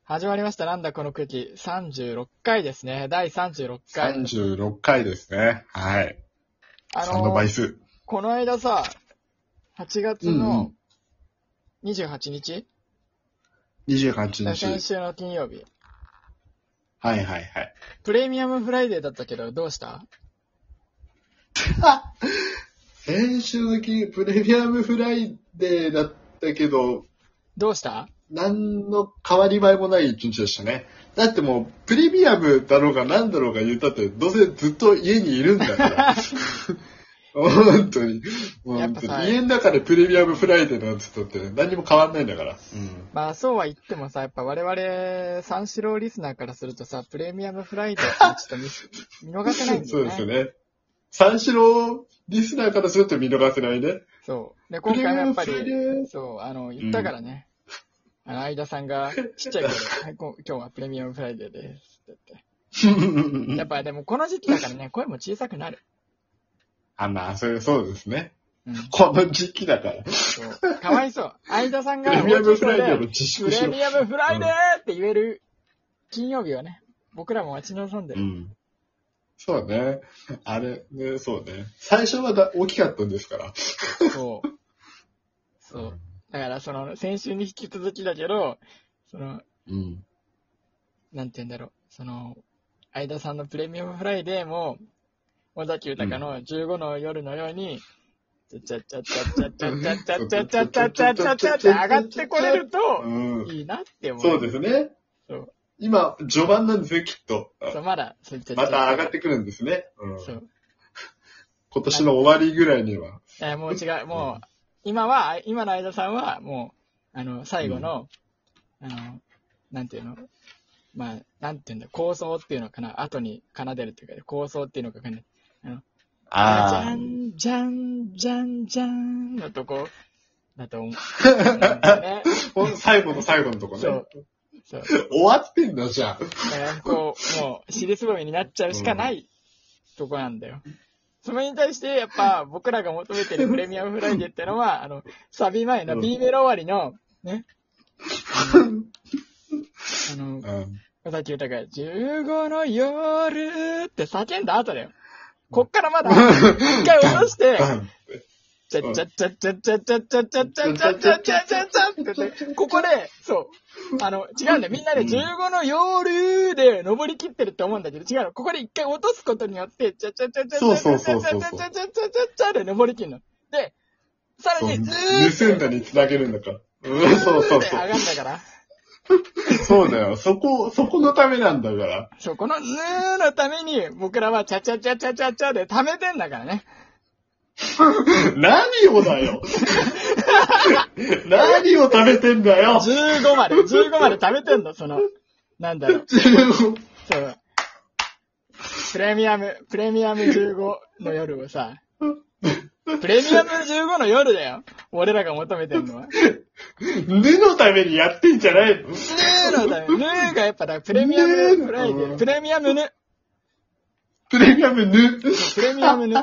始まりました。なんだこの空気。36回ですね。第36回。 36回ですね。はい。3の倍数。 この間さ、8月の28日、 28日。 先週の金曜日。 はいはいはい。 プレミアムフライデーだったけど、どうした？ 先週のプレミアムフライデーだったけど、 どうした？ 何の変わり映えもない一日でしたね。だってもう、プレミアムだろうが何だろうが言ったって、どうせずっと家にいるんだから。本当に。本当に。家の中でプレミアムフライデーなんつったって何も変わんないんだから。 まあそうは言ってもさ、やっぱ我々、三四郎リスナーからするとさ、プレミアムフライデーってちょっと見逃せないんだよね。 そうですよね。三四郎リスナーからすると見逃せないね。 そう。で、今回もやっぱり、そう、言ったからね。相田さんがちっちゃい頃、今日はプレミアムフライデーですって言って。やっぱでもこの時期だからね、声も小さくなる。 まあ、そうですね。この時期だから。 そう。かわいそう。相田さんが、 プレミアムフライデーの自粛プレミアムフライデーって言える金曜日はね、僕らも待ち望んでる。 そうね。あれ、ね、そうね。最初は大きかったんですから。 そう。そう。だから、先週に引き続きだけど、なんて言うんだろう。相田さんのプレミアムフライデーも、尾崎豊の15の夜のように、ちゃちゃちゃちゃちゃちゃちゃちゃちゃちゃちゃちゃちゃちゃって上がってこれると、いいなって思う。 そうですね。そう。今、序盤なんですね、きっと。 そう、まだ、 また上がってくるんですね。 そう。 今年の終わりぐらいには。 もう違う、もう、今の相田さんは、もう、最後の、なんていうの？まあ、なんていうんだ、構想っていうのかな、後に奏でるっていうか、構想っていうのかね、じゃん、じゃん、じゃん、じゃんのとこ、だと思う。 最後の最後のとこね。 そう。 終わってんだ、じゃあ。 もう、尻すぼみになっちゃうしかないとこなんだよ。それに対して、やっぱ、僕らが求めてるプレミアムフライデーってのは、サビ前の B メロ終わりの、ね、尾崎豊が、15の夜って叫んだ後だよ。こっからまだ、一回落として、ちゃっちゃっちゃっちゃっちゃっちゃっちゃっちゃっちゃっちゃっちゃっちゃっちゃっちゃって言って、ここで、そう、違うんだよ。みんなで15の夜で登り切ってるって思うんだけど、違うの。ここで一回落とすことによって、ちゃっちゃっちゃっちゃっちゃっちゃっちゃっちゃっちゃっちゃっちゃっちゃで登り切るの。で、さらにずーっと。 盗んだに繋げるんだから。そう。 上がんだから。 そうだよ。そこのためなんだから。 そう、このヌーのために、僕らはチャチャチャチャチャチャで貯めてんだからね。 何をだよ。何を食べてんだよ。 15まで貯めてんの、なんだろう。そう。プレミアム15の夜をさ、プレミアム15の夜だよ。俺らが求めてんのは。 ぬのためにやってんじゃないの？ ぬのため。ぬがやっぱだ、プレミアムフライデー。プレミアムぬ。 プレミアムぬ。 プレミアムぬ。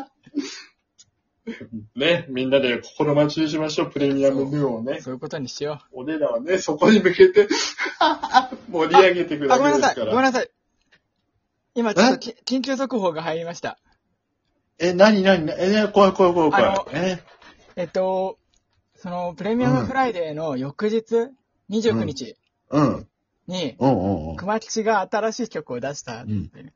ね、みんなで心待ちにしましょう、プレミアムヌをね。 そういうことにしよう。俺らはね、そこに向けて盛り上げてくだけですから。 ごめんなさい。今ちょっと緊急速報が入りました。 何怖い。 プレミアムフライデーの翌日、29日に、熊吉が新しい曲を出した。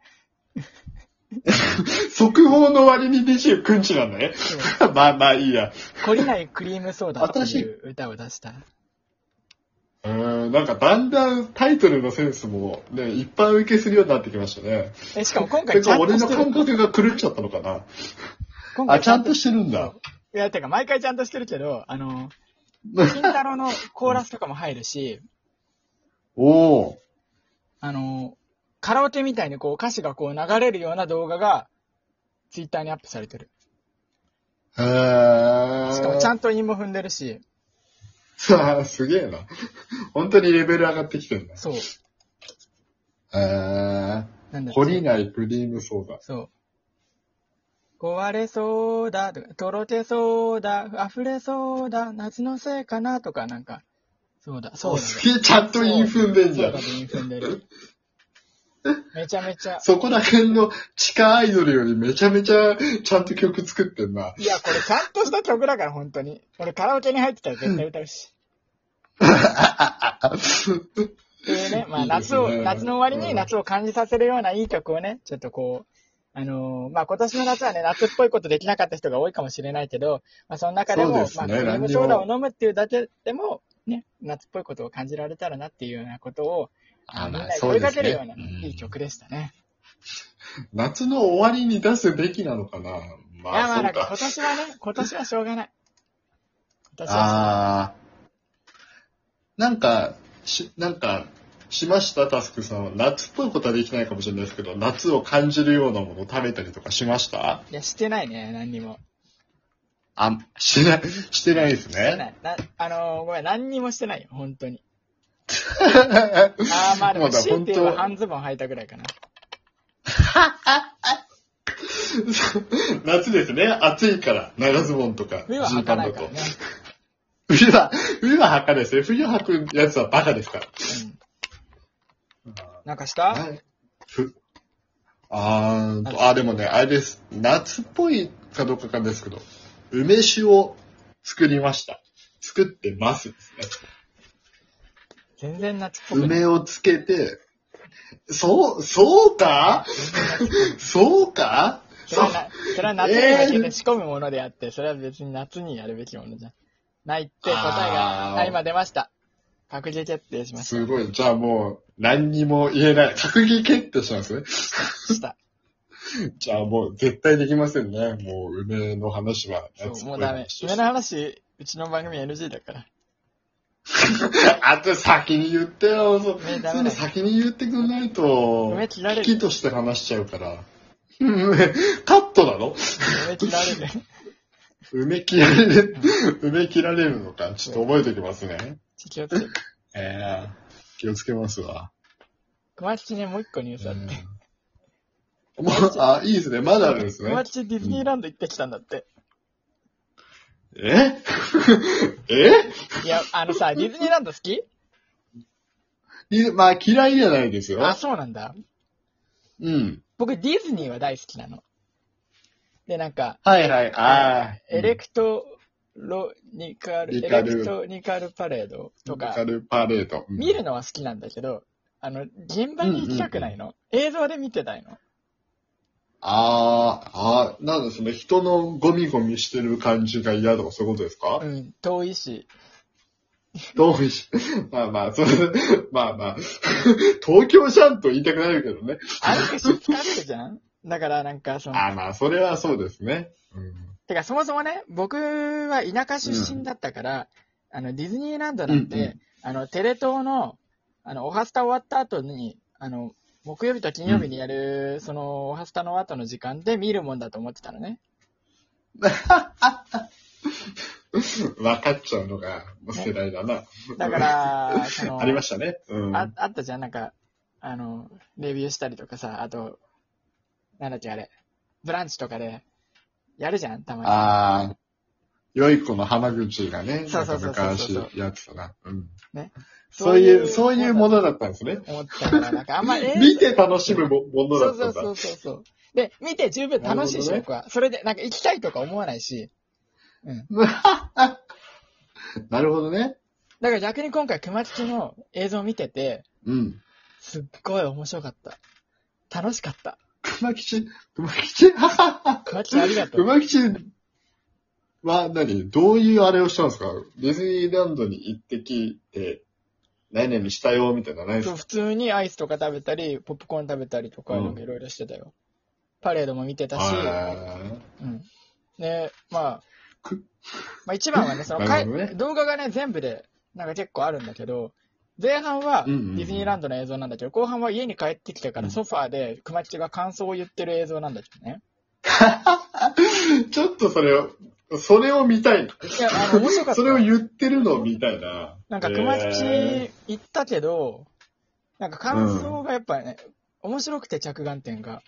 速報の割に29日なんだね。まあいいや。 懲りないクリームソーダという歌を出した。 なんかだんだんタイトルのセンスもね、一般受けするようになってきましたね。 しかも今回ちゃんとしてる。 俺の感覚が狂っちゃったのかな。今回ちゃんとしてるんだ。 いや、てか毎回ちゃんとしてるけど、金太郎のコーラスとかも入るし、カラオケみたいにこう歌詞がこう流れるような動画がツイッターにアップされてる。しかもちゃんと韻も踏んでるし。 すげえな。本当にレベル上がってきてるんだ。 そう。 懲りないクリームソーダ。 そう。壊れそうだとか、とろけそうだ、溢れそうだ、夏のせいかなとかなんか、 そうだ、そうだ。 すげえちゃんと韻踏んでんじゃん。 そうだ、韻踏んでる。めちゃめちゃ。 そこら辺の地下アイドルよりめちゃめちゃちゃんと曲作ってんな。 いや、これちゃんとした曲だから、本当に。俺カラオケに入ってたら絶対歌うし。っていうね、まあ夏の終わりに夏を感じさせるようないい曲をね、ちょっとこう、まあ今年の夏はね、夏っぽいことできなかった人が多いかもしれないけど、まあその中でも、まあクリームソーダを飲むっていうだけでも、ね、夏っぽいことを感じられたらなっていうようなことを、みんなに問いかけるような、いい曲でしたね。 夏の終わりに出すべきなのかな。 まあ、いやまあなんか今年はね、今年はしょうがない。 なんか、しましたタスクさんは。夏っぽいことはできないかもしれないですけど、夏を感じるようなものを食べたりとかしました？ いや、してないね、何にも。 してないですね。してない。 ごめん、何にもしてないよ、本当に。まあでも、強いて言えば半ズボン履いたぐらいかな。 夏ですね。暑いから、長ズボンとか、 冬は履かないからね。 冬は履かないですね。冬履くやつはバカですから。 なんかした？ でもね、あれです。夏っぽいかどうかわかんないですけど、梅酒を作りました。作ってますですね。 全然夏っぽくない。 梅をつけて、そうかそうかそれは夏に向けて仕込むものであって、それは別に夏にやるべきものじゃないって答えが、今出ました。閣議決定しました。 すごい。じゃあもう、何にも言えない。閣議決定したんですね。 した。 じゃあもう、絶対できませんね。もう、梅の話は。 そう、もうダメ。梅の話、うちの番組 NG だから。 あと先に言ってよ。そういうの先に言ってくんないと、 梅切られる。 危機として話しちゃうから。カットなの？ 梅切られる。 梅切られる。梅切られるのか。ちょっと覚えておきますね。 気をつけて。 気をつけますわ。 熊吉ね、もう一個ニュースあって。 いいですね。まだあるんですね。 熊吉ディズニーランド行ってきたんだって。 えいや、さ、ディズニーランド好き？ まあ嫌いじゃないですよ。 そうなんだ。 うん。 僕ディズニーは大好きなの。で、なんか、 はいはい、 エレクトニカルパレードとか、見るのは好きなんだけど、現場に行きたくないの。映像で見てたいの。 なんですね。人のゴミゴミしてる感じが嫌とかそういうことですか？ うん、遠いし。 まあ、東京じゃんと言いたくなるけどね。 歩くし疲れるじゃん？だからなんかまあ、それはそうですね。 てか、そもそもね、僕は田舎出身だったから、ディズニーランドなんて、テレ東の、オハスタ終わった後に、木曜日と金曜日にやる、その、オハスタの後の時間で見るもんだと思ってたのね。 分かっちゃうのが、世代だな。 だから、 ありましたね。 あったじゃん、なんか、レビューしたりとかさ、あと、なんだっけあれ、ブランチとかで、やるじゃん、たまに。良い子の浜口がね、 昔やってたな。 ね。 そういうものだったんですね。 思ったから、なんかあんま見て楽しむものだったんだ。 そう。で、見て十分楽しいし、僕は。それで、なんか行きたいとか思わないし。 なるほどね。 だから逆に今回、熊吉の映像を見てて、すっごい面白かった。楽しかった。 熊吉ありがとう。 熊吉はどういうあれをしたんですか？ディズニーランドに行ってきて、何々したよ、みたいなないですか？ 普通にアイスとか食べたり、ポップコーン食べたりとか、なんかいろいろしてたよ。パレードも見てたし、で、まあ一番はね、動画がね、全部で、なんか結構あるんだけど、前半はディズニーランドの映像なんだけど、後半は家に帰ってきてからソファーで熊吉が感想を言ってる映像なんだけどね。 ちょっとそれを見たい。いや、面白かった。 それを言ってるのを見たいな。 なんか熊吉言ったけど、なんか感想がやっぱね、面白くて着眼点が。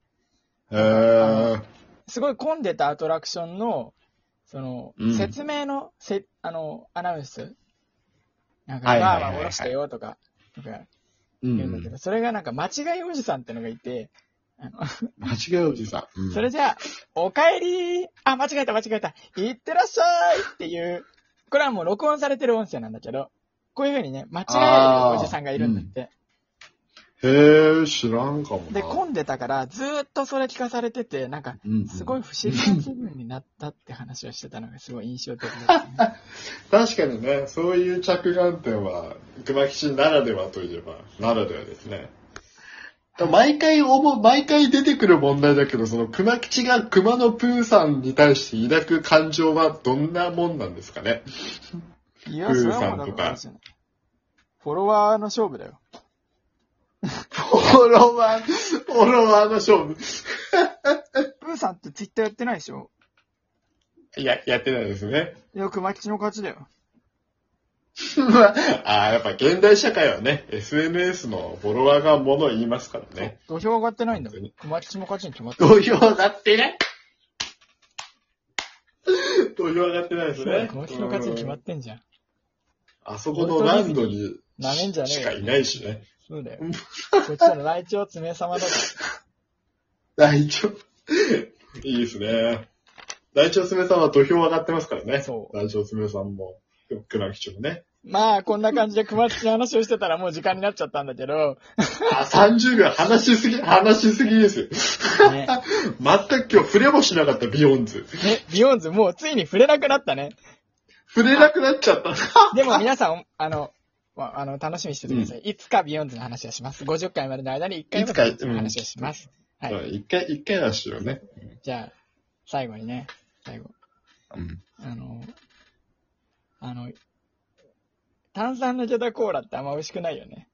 すごい混んでたアトラクションの、説明のアナウンス。 なんか、まあまあ、下ろしてよとか、言うんだけど、それがなんか間違いおじさんってのがいて、 間違いおじさん。 それじゃあ、お帰りあ、間違えた。いってらっしゃいっていう、これはもう録音されてる音声なんだけど、こういう風にね、間違えるおじさんがいるんだって。 へえ、知らんかもな。 で、混んでたから、ずーっとそれ聞かされてて、なんか、すごい不思議な気分になったって話をしてたのがすごい印象的だった、ね。 確かにね、そういう着眼点は、熊吉ならではといえば、ならではですね。毎回出てくる問題だけど、その熊吉が熊野プーさんに対して抱く感情はどんなもんなんですかね。 いや、それはもうだからフォロワーの勝負だよ。 フォロワーの勝負。 プーさんってツイッターやってないでしょ？ いや、やってないですね。 いや、熊吉の勝ちだよ。 やっぱ現代社会はね、SNS のフォロワーがものを言いますからね。 土俵上がってないんだもん。熊吉の勝ちに決まってる。 土俵上がってない土俵上がってないですね。 熊吉の勝ちに決まってんじゃん。 あそこのランドにしかいないしね。 そうだよ。こっちのライチョウ爪様だから。 ライチョウ。いいですね。ライチョウ爪さんは土俵上がってますからね。そう。ライチョウ爪さんも、熊吉もね。 まあ、こんな感じで熊吉の話をしてたらもう時間になっちゃったんだけど。 30秒話しすぎですよ。ね、全く今日触れもしなかったビヨンズ。 ね、ビヨンズもうついに触れなくなったね。 触れなくなっちゃった。 でも皆さん、楽しみにしててください。いつかビヨンズの話をします。50回までの間に1回ビヨンズの話をします。 はい。一回はしようね。 じゃあ、最後。炭酸抜けたコーラってあんま美味しくないよね。